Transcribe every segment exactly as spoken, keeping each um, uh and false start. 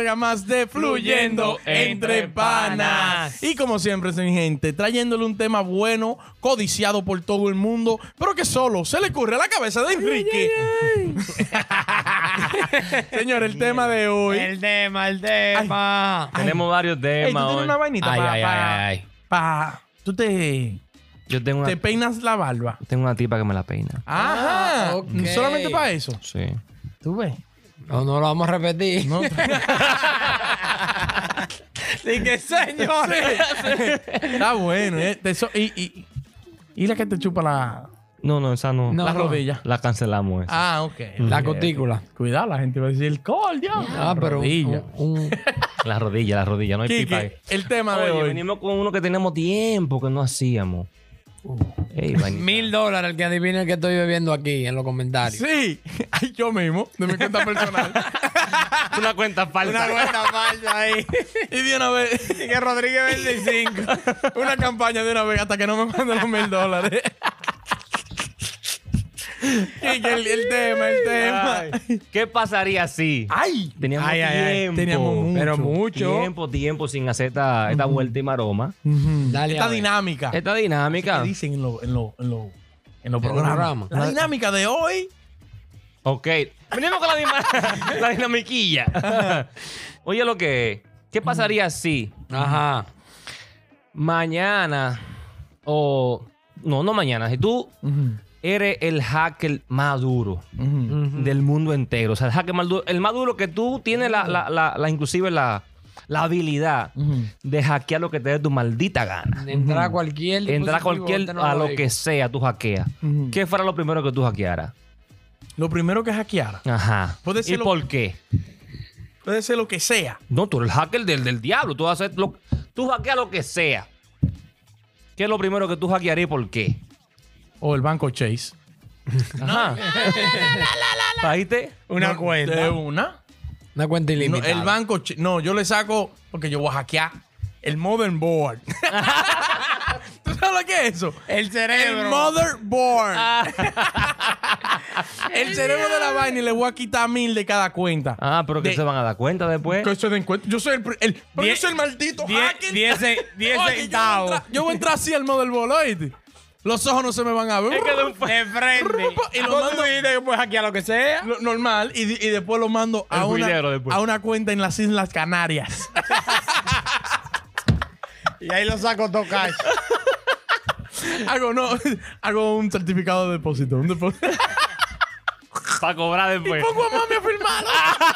entrega más de Fluyendo Entre Panas. Y como siempre, mi gente, trayéndole un tema bueno, codiciado por todo el mundo, pero que solo se le ocurre a la cabeza de Enrique. Ay, ay, ay. Señor, el tema de hoy. El tema, el tema. Ay, Tenemos varios temas. Ey, ¿tú tienes hoy. una vainita Ay, para ay, pa, ay, ay. pa, tú te, Yo tengo una, te peinas la barba? tengo una tipa que me la peina. Ajá. Ah, ok. Solamente para eso. Sí. Tú ves. No, no lo vamos a repetir. No. Sí que señor. Está bueno. ¿eh? Te so- y, y, y la que te chupa la, No, no, esa no. No, la no. rodilla. La cancelamos esa. Ah, ok. La Ok, cutícula. ok. Cuidado, la gente va a decir, ¡cordio! Ah, pero rodilla. un, un- La rodilla, la rodilla. No hay Quique, pipa ahí. el tema de Oye, hoy. venimos con uno que tenemos tiempo que no hacíamos. Ey, vainita. mil dólares el que adivine el que estoy bebiendo aquí en los comentarios. Sí. Ay, yo mismo, de mi cuenta personal. Una cuenta falsa. Una cuenta falsa ahí. Y de una vez, Y que Rodríguez veinticinco. una campaña de una vez hasta que no me manden los mil dólares. Quique, el, el tema, el tema. Ay, ¿qué pasaría si Ay. teníamos Ay, ay, ay. tiempo? Teníamos mucho. Pero mucho. Tiempo, tiempo sin hacer esta, esta vuelta y maroma. Ujú. Dale, Esta a ver. dinámica. Esta dinámica. ¿Qué dicen en los en lo, en lo, en los los programas? programas. La dinámica de hoy. Ok. Venimos con la, dima- la dinamiquilla. Oye, lo que es. ¿Qué pasaría si Ajá. mañana o... No, no mañana. Si tú eres el hacker más duro Ujú. del mundo entero. O sea, el hacker más duro. El más duro que tú tienes la, la, la, la- inclusive la, la habilidad Ujú. de hackear lo que te dé tu maldita gana. Entrar a cualquier Entrar a dispositivo cualquier... A lo tecnológico. que sea, tú hackeas. Ujú. ¿Qué fuera lo primero que tú hackearas? Lo primero que hackeara. Ajá. Puede ser ¿Y lo- por qué? Puede ser lo que sea. No, tú eres el hacker del, del diablo. Tú, vas a hacer lo, tú hackeas lo que sea. ¿Qué es lo primero que tú hackearías y por qué? O el banco Chase. Ajá. ¿Ahíste? Una No, cuenta. De una. Una cuenta No, ilimitada. el banco Ch- No, yo le saco... Porque yo voy a hackear el motherboard. ¿Tú sabes lo que es eso? El cerebro. El motherboard. El cerebro de la vaina y le voy a quitar mil de cada cuenta. Ah, pero que De- se van a dar cuenta después. Que se den cuenta. Yo soy el... pri- el pero yo Die- soy el maldito die- hacker. diez ce- diez Oye, yo voy a centavos. entrar- Yo voy a entrar así al motherboard, ¿oíste? Los ojos no se me van a ver. Es que de un fa- De frente. Y lo ¿Cómo mando- tú dijiste que puedes hackear lo que sea? Lo- Normal. Y, di- y después lo mando a El una, juidero después. a una cuenta en las Islas Canarias. Y ahí lo saco todo cash. hago, no, hago un certificado de depósito. Un depósito. Para cobrar después. Pongo a mami a firmarlo.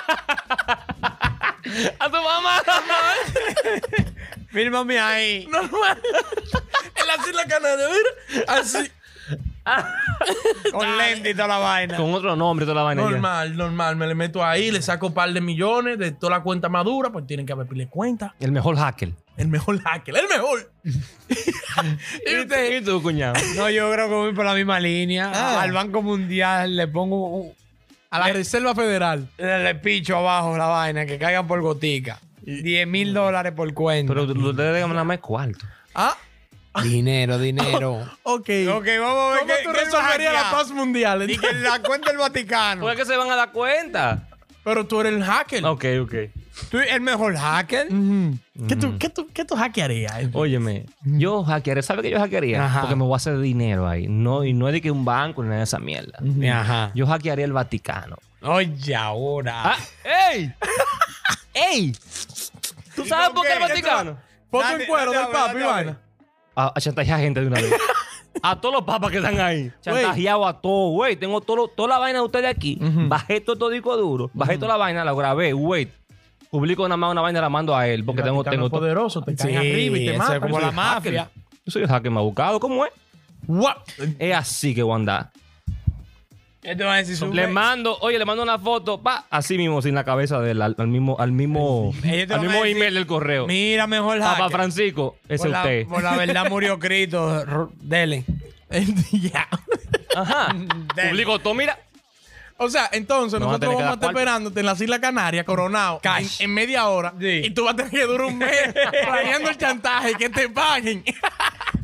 ¡A tu mamá! Fírmame ahí. Normal. En las Islas Canarias, mira. Así. Con lente y toda la vaina. Con otro nombre y toda la vaina. ya. Normal, normal. Me le meto ahí, le saco un par de millones de toda la cuenta madura, pues tienen que haber pile cuenta. El mejor hacker. El mejor hacker, el mejor. ¿Y usted? ¿Y tú, cuñado? No, yo creo que voy por la misma línea. Ah. Al Banco Mundial le pongo un, A la Reserva Federal. le, le picho abajo la vaina, que caigan por gotica. diez mil dólares por cuenta. Pero ustedes digan nada más cuarto. Ah, Dinero, dinero. ok. Ok, vamos a ver ¿Cómo qué, tú qué resolverías la paz mundial? Y que la cuenta del Vaticano. ¿Por qué se van a dar cuenta? Pero tú eres el hacker. Ok, ok. ¿Tú eres el mejor hacker? Ujú. ¿Qué, tú, qué, tú, ¿Qué tú hackearías? Óyeme, yo hackearía. ¿Sabes qué yo hackearía? Ajá. Porque me voy a hacer dinero ahí. No, y no es de que un banco ni nada de esa mierda. Ajá. Yo hackearía el Vaticano. Oye, ahora. Ah, ¡Ey! ¡Ey! ¿Tú sabes con por qué qué? el Vaticano? Foto Date- en cuero date a del ver, papi, date a ver. vaina. A, a chantajear gente de una vez. A todos los papas que están ahí. Chantajeado a todos, güey. Tengo todo lo- toda la vaina de ustedes aquí. Bajé todo todo disco duro. Bajé toda la vaina, la grabé. Wait. Publico nada más una vaina y la mando a él. Porque El tengo, Vaticano tengo es todo. poderoso, te caen Sí, arriba y te eso matan. es como Yo la soy hacker. mafia. Yo soy el hacker más buscado. ¿Cómo es? Guau. Es así que voy a andar. ¿Qué te van a decir? Sube. Le mando, oye, le mando una foto, pa, así mismo, sin la cabeza del al, al mismo, al mismo, Ellos te al van a mismo decir, email del correo. Mira, mejor Papá hacker. Francisco, ese por, es la, usted. por la verdad murió Cristo. R- Dele. Ya. Ajá. Dele. Publico todo, mira. O sea, entonces No vas a nosotros tener que vamos a dar estar cuarto. esperándote en las Islas Canarias, coronado, en, Cash. en media hora. Sí. Y tú vas a tener que durar un mes planeando el chantaje, que te paguen.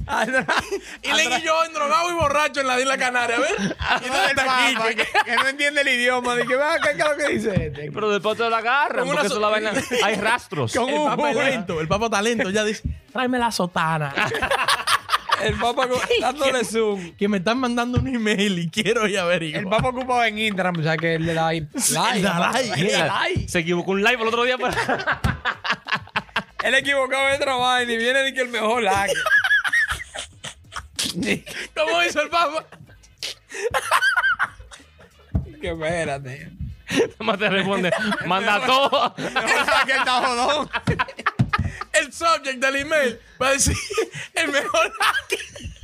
Y Len y yo endrogado y borracho en la isla Canaria, ¿ves? Y no del está aquí. Papa, que, que no entiende el idioma. Dice, vea, ¿qué es lo que dice este? Pero después te la agarran, Con una porque eso so- es la vaina. Hay rastros. Con El un- Papa es lento, el Papa está lento. Ya dice, tráeme la sotana. El Papa co- dándole zoom. Que me están mandando un email y quiero ir a ver. El Papa ocupaba en Instagram, o sea que él le da like. le da like. Le da Mira, like. se equivocó un live el otro día. Pero... Él equivocaba de trabajo y viene de que el mejor like. ¿Cómo hizo el Papa? Que espérate. Más te responde, manda todo. Mejor like el tajodón. El subject del email va a decir el mejor like.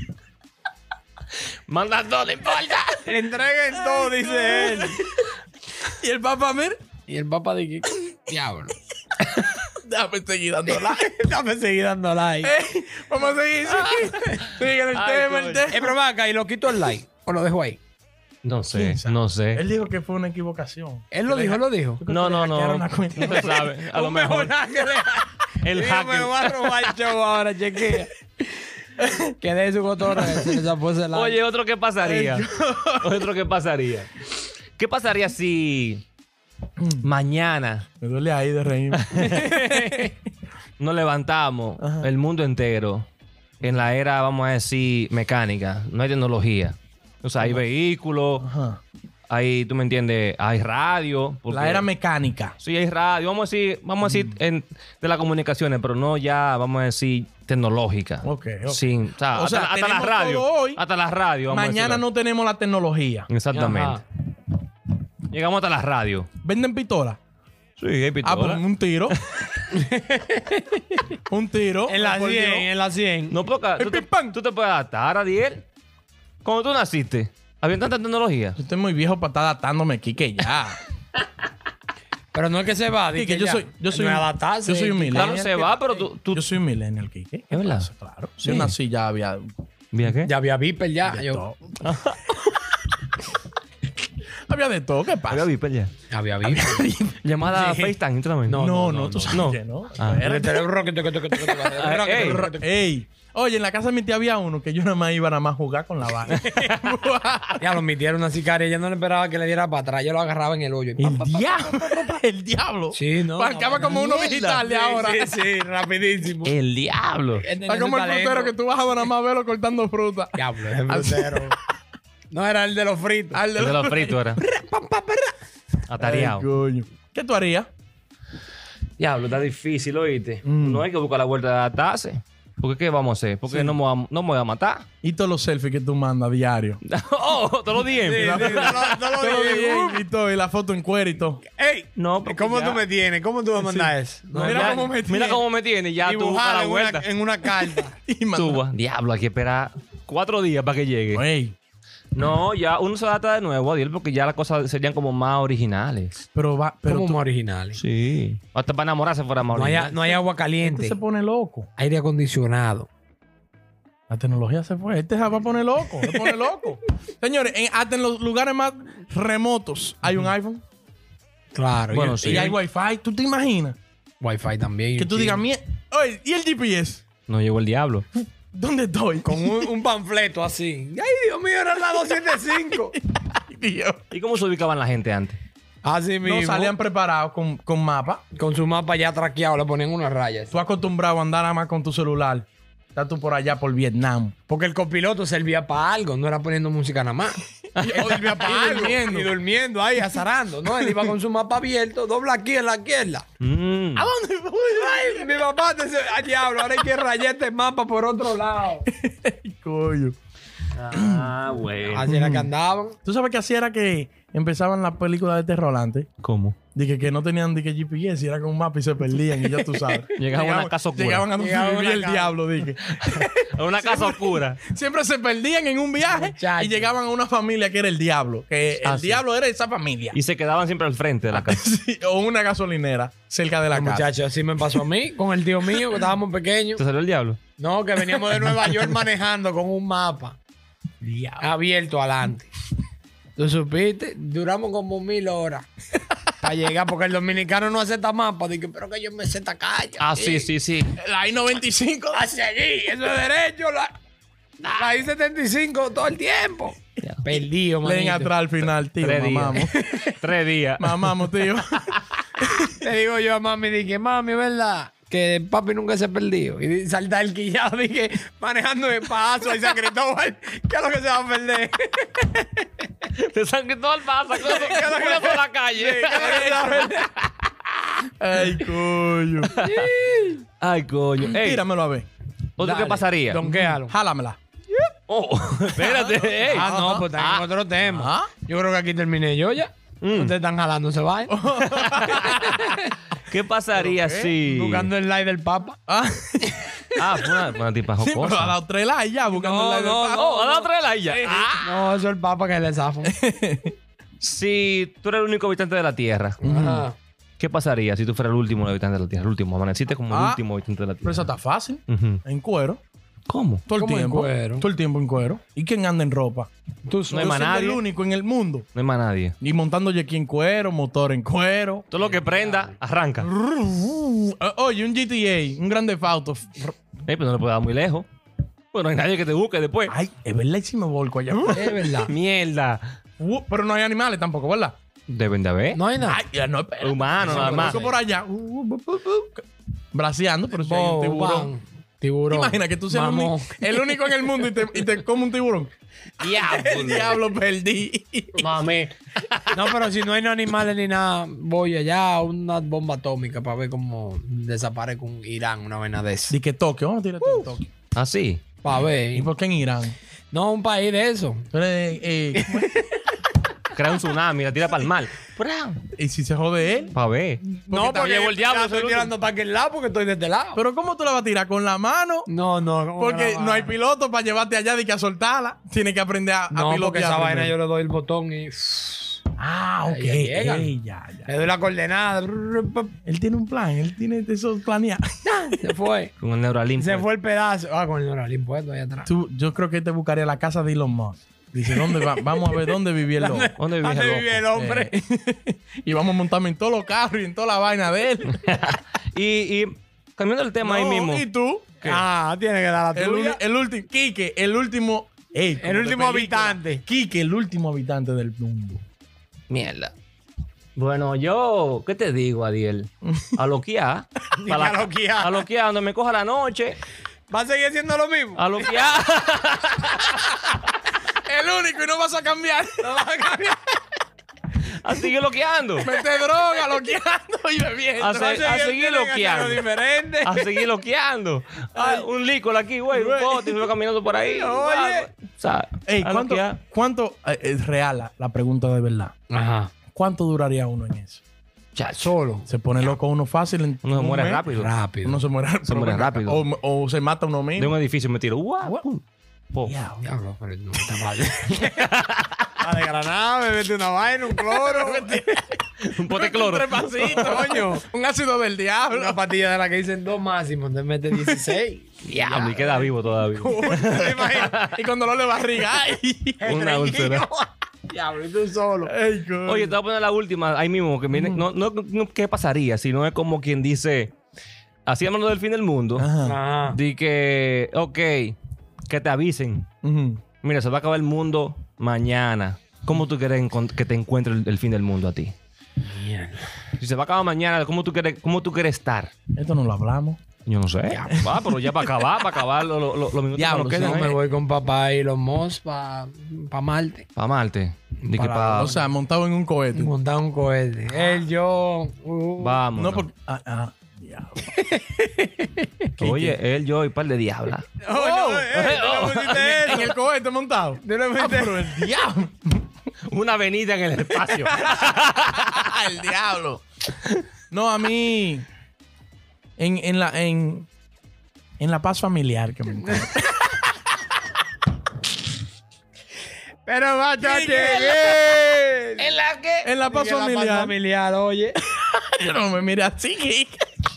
Manda todo, no importa. Le entreguen todo, dice él. Y el Papa, mira, Y el Papa dice, diablo. déjame seguir dando like. Dame seguir dando like. Ey, vamos a seguir. Sigue, sigue el Ay, tema, el coño. tema. Eh, pero ven acá, ¿y lo quito el like? ¿O lo dejo ahí? No sé, ¿Quién sabe? no sé. Él dijo que fue una equivocación. Él lo dijo, él lo dijo. No, no, no. hackearon No la cuenta. se sabe. A lo Un mejor. like que le- El Digo, hacker. me voy a robar el show ahora, chequea. Que de su cotorra se les apó ese like. Oye, otro que pasaría. Otro que pasaría. ¿Qué pasaría si mañana Me duele ahí de reírme. nos levantamos Ajá. el mundo entero en la era, vamos a decir, mecánica? No hay tecnología. O sea, hay vehículos, Ajá. hay, tú me entiendes, hay radio. porque- La era mecánica. Sí, hay radio. Vamos a decir, vamos a decir en- de las comunicaciones, pero no ya, vamos a decir, tecnológica. Ok, ok. Sin, o sea, O hasta, sea, hasta las tenemos radios. todo hoy. Hasta las radios. vamos a Mañana decirlo. no tenemos la tecnología. Exactamente. Ajá. Llegamos hasta las radios. ¿Venden pistola? Sí, hay Ah, pues pistola. un tiro. un tiro. En la Por Dios. cien, en la cien. No, porque El tú te, pim, pam. tú te puedes adaptar, Adiel. Cuando tú naciste, había tanta tecnología. Yo estoy muy viejo para estar adaptándome aquí que ya. Pero no es que se va. di Quique, que yo ya. soy, yo soy, No es un- adaptarse. yo soy un Claro, millennial. se va, pero tú... tú Yo soy un millennial, Kike. ¿Es verdad? Claro. Si yo nací ya había ¿Mira qué? Ya había Viper ya. de Yo, todo. había de todo. ¿Qué pasa? Había Viper ya. había Viper. Llamada Sí. FaceTime, entrame. No, no, no, tú no, sabes no. que no. Ah. El cerebro que te- que te- que te- que te- que te- Ah, que te- ey. que te- que te- Ey. Oye, en la casa de mi tía había uno que yo nada más iba nada más a jugar con la vaina. Ya lo metieron una sicaria. Ella no le esperaba que le diera para atrás. Yo lo agarraba en el hoyo. y pa, El pa, pa. diablo. El diablo. Sí, no. Arrancaba la como uno mierda. digital de Sí, ahora. Sí, sí, rapidísimo. El diablo. Él tenía Está como su el talento. frutero que tú bajabas nada más a verlo cortando fruta. Diablo, es el frutero. No, era el de los fritos. Al El de los fritos era. Atareado. Ay, coño. ¿Qué tú harías? Diablo, está difícil, oíste. Mm. No hay que buscar la vuelta de adaptarse. Porque ¿qué vamos a hacer? Porque Sí. no, me voy a, no me voy a matar. Y todos los selfies que tú mandas diario. oh, todos los días. Sí, sí, no lo- no lo Todos los dije. días y todo, y la foto en cuero y todo. ¡Ey! No, porque ¿Cómo ya- tú me tienes? ¿Cómo tú me mandas eso? No, Mira ya- cómo me Mira tiene. cómo me tiene. Ya tú buscas Dibujado la en vuelta. una, en una carta. Y Tú manda- vas, diablo, hay que esperar cuatro días para que llegue. Ey, No, ya uno se adapta de nuevo, Adiel, porque ya las cosas serían como más originales. pero va, pero Como tú- más originales. Sí. Hasta para enamorarse fuera más No hay, original. no hay agua este caliente. se pone loco. Aire acondicionado. La tecnología se fue. Este se va a poner loco. Se pone loco. Señores, en- hasta en los lugares más remotos hay un iPhone. Claro. Bueno, y, sí. Y hay Wi-Fi. ¿Tú te imaginas? Wi-Fi también. Que tú Sí. digas, "Mie- oye, ¿y el G P S? No llegó el diablo. ¿Dónde estoy? Con un, un panfleto así. ¡Ay, Dios mío! Era la doscientos setenta y cinco. Ay, Dios. ¿Y cómo se ubicaban la gente antes? Así mismo. No salían preparados con, con mapa. Con su mapa ya traqueado. Le ponían unas rayas. Tú acostumbrado a andar nada más con tu celular. Estás tú por allá por Vietnam. Porque el copiloto servía para algo. No era poniendo música nada más. Él servía para Y algo. durmiendo. Y durmiendo ahí, azarando. No, él iba con su mapa abierto. Dobla aquí en la izquierda. Mm. ¿A dónde voy? Ay, mi papá te dice, ay, diablo, ahora hay que rayar este mapa por otro lado. Ay, coño. Ah, bueno. Así era que andaban. ¿Tú sabes que así era que empezaban las películas de terror antes? ¿Cómo? Dije que no tenían de que G P S y era con un mapa y se perdían y ya tú sabes. Llegaban a una casa oscura. Llegaban a donde Llegaban a vivía una el casa. diablo, dije. A una casa oscura. Siempre se perdían en un viaje Muchacho. y llegaban a una familia que era el diablo. Que Ah, el sí. diablo era esa familia. Y se quedaban siempre al frente de la casa. Sí, o una gasolinera cerca de la casa. Muchachos, así me pasó a mí con el tío mío, que estábamos pequeños. ¿Te salió el diablo? No, que veníamos de Nueva York manejando con un mapa abierto adelante. ¿Tú supiste? Duramos como mil horas para llegar, porque el dominicano no acepta mapa. Dije, pero que yo me sé esta calle. Ah, sí, sí, sí. La I noventa y cinco. A seguir, eso es derecho. La... La I setenta y cinco todo el tiempo. Ya. Perdido, Le den manito. atrás al final, tío. Tres días. Mamamos. Tres días. Mamamos, tío. Le digo yo a mami, dije, mami, ¿verdad? Que papi nunca se ha perdido. Y salta el quillado, dije, manejando de paso a San Cristóbal. ¿Qué es lo que se va a perder? De San Cristóbal pasa. Con eso, ¿Qué es lo que- con eso en la calle. ¿Qué es lo que se va a perder? Ay, coño. Ay, coño. Ey, Tíramelo a ver. ¿otro qué Dale, pasaría? Donquéalo. Jálamela. Oh, espérate. Ey. Ah, no, pues está en otro tema. Ajá. Yo creo que aquí terminé yo ya. Mm. Ustedes están jalando, se vayan. ¿Qué pasaría ¿Pero qué? si...? Buscando el like del Papa. Ah, Ah, fue una, fue una tipa sí, pero ha jocosa. dado tres likes ya buscando No, el like del no, Papa. Oh, ha dado tres likes ya. Ah. No, eso es el Papa que le zafo. Si tú eres el único habitante de la Tierra, Ajá. ¿qué pasaría si tú fueras el último habitante de la Tierra? El último. Amaneciste como el Ah. último habitante de la Pero eso Tierra. está fácil. Ujú. En cuero. ¿Cómo? Todo el ¿Cómo en tiempo. cuero? Todo el tiempo en cuero. ¿Y quién anda en ropa? Tú No hay solo. más Yo soy nadie. el único en el mundo. No hay más nadie. Y montando aquí en cuero, motor en cuero. Todo lo que prenda, arranca. Eh, Oye, un G T A, un Grande Auto. Ey, pero no le puedes dar muy lejos. Pues no hay nadie que te busque después. Ay, es verdad, y si me volco allá. Es verdad. Mierda. Uh, pero no hay animales tampoco, ¿verdad? Deben de haber. No hay nada. Ay, ya no, espera. Humano, Si nada me más. volco por allá. Uh, uh, uh, uh, uh, braceando, pero si hay un Bo- tiburón. bam. Tiburón. Imagina que tú seas el Mamón. único, el único en el mundo y te, y te come un tiburón. El diablo, perdí. Mami. No, pero si no hay no animales ni nada, voy allá a una bomba atómica para ver cómo desaparece con Irán, una vaina de eso. Di que Tokio, vamos a tirar en Tokio. ¿Ah, sí? Para ¿Y ver. por qué en Irán? No, un país de eso. Tú eres, eh, ¿cómo es? Crea un tsunami, la tira para el mar. ¿Y si se jode él? Para ver. No, te porque llevo el diablo, la soy estoy el tirando para aquel lado porque estoy de este lado. Pero ¿cómo tú la vas a tirar? ¿Con la mano? No, no. ¿cómo Porque que la no hay va- piloto para llevarte allá y que a soltarla. Tienes que aprender a, a No, pilotear. porque esa vaina primero. yo le doy el botón y Ah, ok. Ahí llegan. Ey, ya, ya. le doy la coordenada. Él tiene un plan, él tiene eso planeado. Se fue. Con el Neuralink. Se fue el pedazo. Ah, con el Neuralink puesto ahí atrás. Tú, yo creo que te buscaría la casa de Elon Musk. Dice, ¿dónde va? Vamos a ver dónde vivía el loco. ¿Dónde vive ¿Dónde ese vive el loco? hombre? Eh, y vamos a montarme en todos los carros y en toda la vaina de él. Y, y cambiando el tema ahí No, mismo. ¿Y tú? Ah, tiene que dar la El, tuya. uni- el último, Quique, el último. Ey, como El de último película. habitante. Quique, el último habitante del mundo. Mierda. Bueno, yo, ¿qué te digo, Adiel? A loquear. Dime a loquear. A loquear, donde me coja la noche. ¿Va a seguir haciendo lo mismo? A loquear. El único y no vas a cambiar. No va a cambiar. A seguir loqueando. Mete droga, loqueando y bebiendo. A, se- a seguir Tienen que hacerlo loqueando. diferente. A seguir loqueando. Ah, un licor aquí, güey. Un pote y me va caminando por ahí. Oye. O sea, Ey, a ¿cuánto, loquear. cuánto eh, es real la, la pregunta de verdad? Ajá. ¿Cuánto duraría uno en eso? Solo. Se pone loco uno fácil. En Uno se un muere mes. rápido. Rápido. Uno se muere, pero muere venga, rápido. O, o se mata uno De mismo. un edificio me tiro. ¡Guau! pum, po. Diablo. Diablo, pero no está mal. A de granada, bebete una vaina, un cloro. Un pote de cloro. Un trepacito, Coño. Un ácido del diablo. Una pastilla de la que dicen dos máximos, te mete dieciséis. Diablo, y queda vivo todavía. ¿Te imaginas? Y con dolor de barriga. Ay, Una úlcera. Diablo, y tú solo. Ay, coño. Oye, te voy a poner la última ahí mismo. Que viene, no, no, no, ¿qué pasaría? Sino es como quien dice, así hablando del fin del mundo, Ajá. Ajá. di que, ok, que te avisen. Ujú. Mira, se va a acabar el mundo mañana. ¿Cómo tú quieres encont- que te encuentre el, el fin del mundo a ti? Mierda. Si se va a acabar mañana, ¿cómo tú quieres, cómo tú quieres estar? Esto no lo hablamos. Yo no sé. Va, pero ya para acabar, para acabar lo- lo- lo- los minutos Diablo, que nos No, quedan. me voy con papá y los Moss para pa Marte. Para Marte. Di que Para- pa- O sea, montado en un cohete. Montar un cohete. Él, yo. uh, Vamos. No, porque. Ah, ah, diablo. Oye, él, yo y par de diablas. Oh, no, eh, tú le pusiste En eso. el cohete montado. Tú le Ah, pusiste pero el diablo. Una avenida en el espacio. el diablo. No, a mí. En, en la. En, en la paz familiar que me encanta. Pero báchate bien. ¿En la que? En la paz Sigue la paz familiar. familiar, oye. Yo no me mire así, Kike.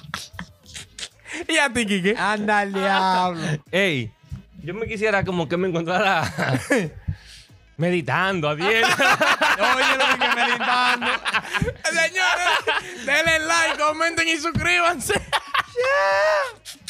¿Y a ti, Kike? Anda al diablo. Ey, yo me quisiera como que me encontrara meditando, Adiel. Oye, lo que meditando. Señores, denle like, comenten y suscríbanse.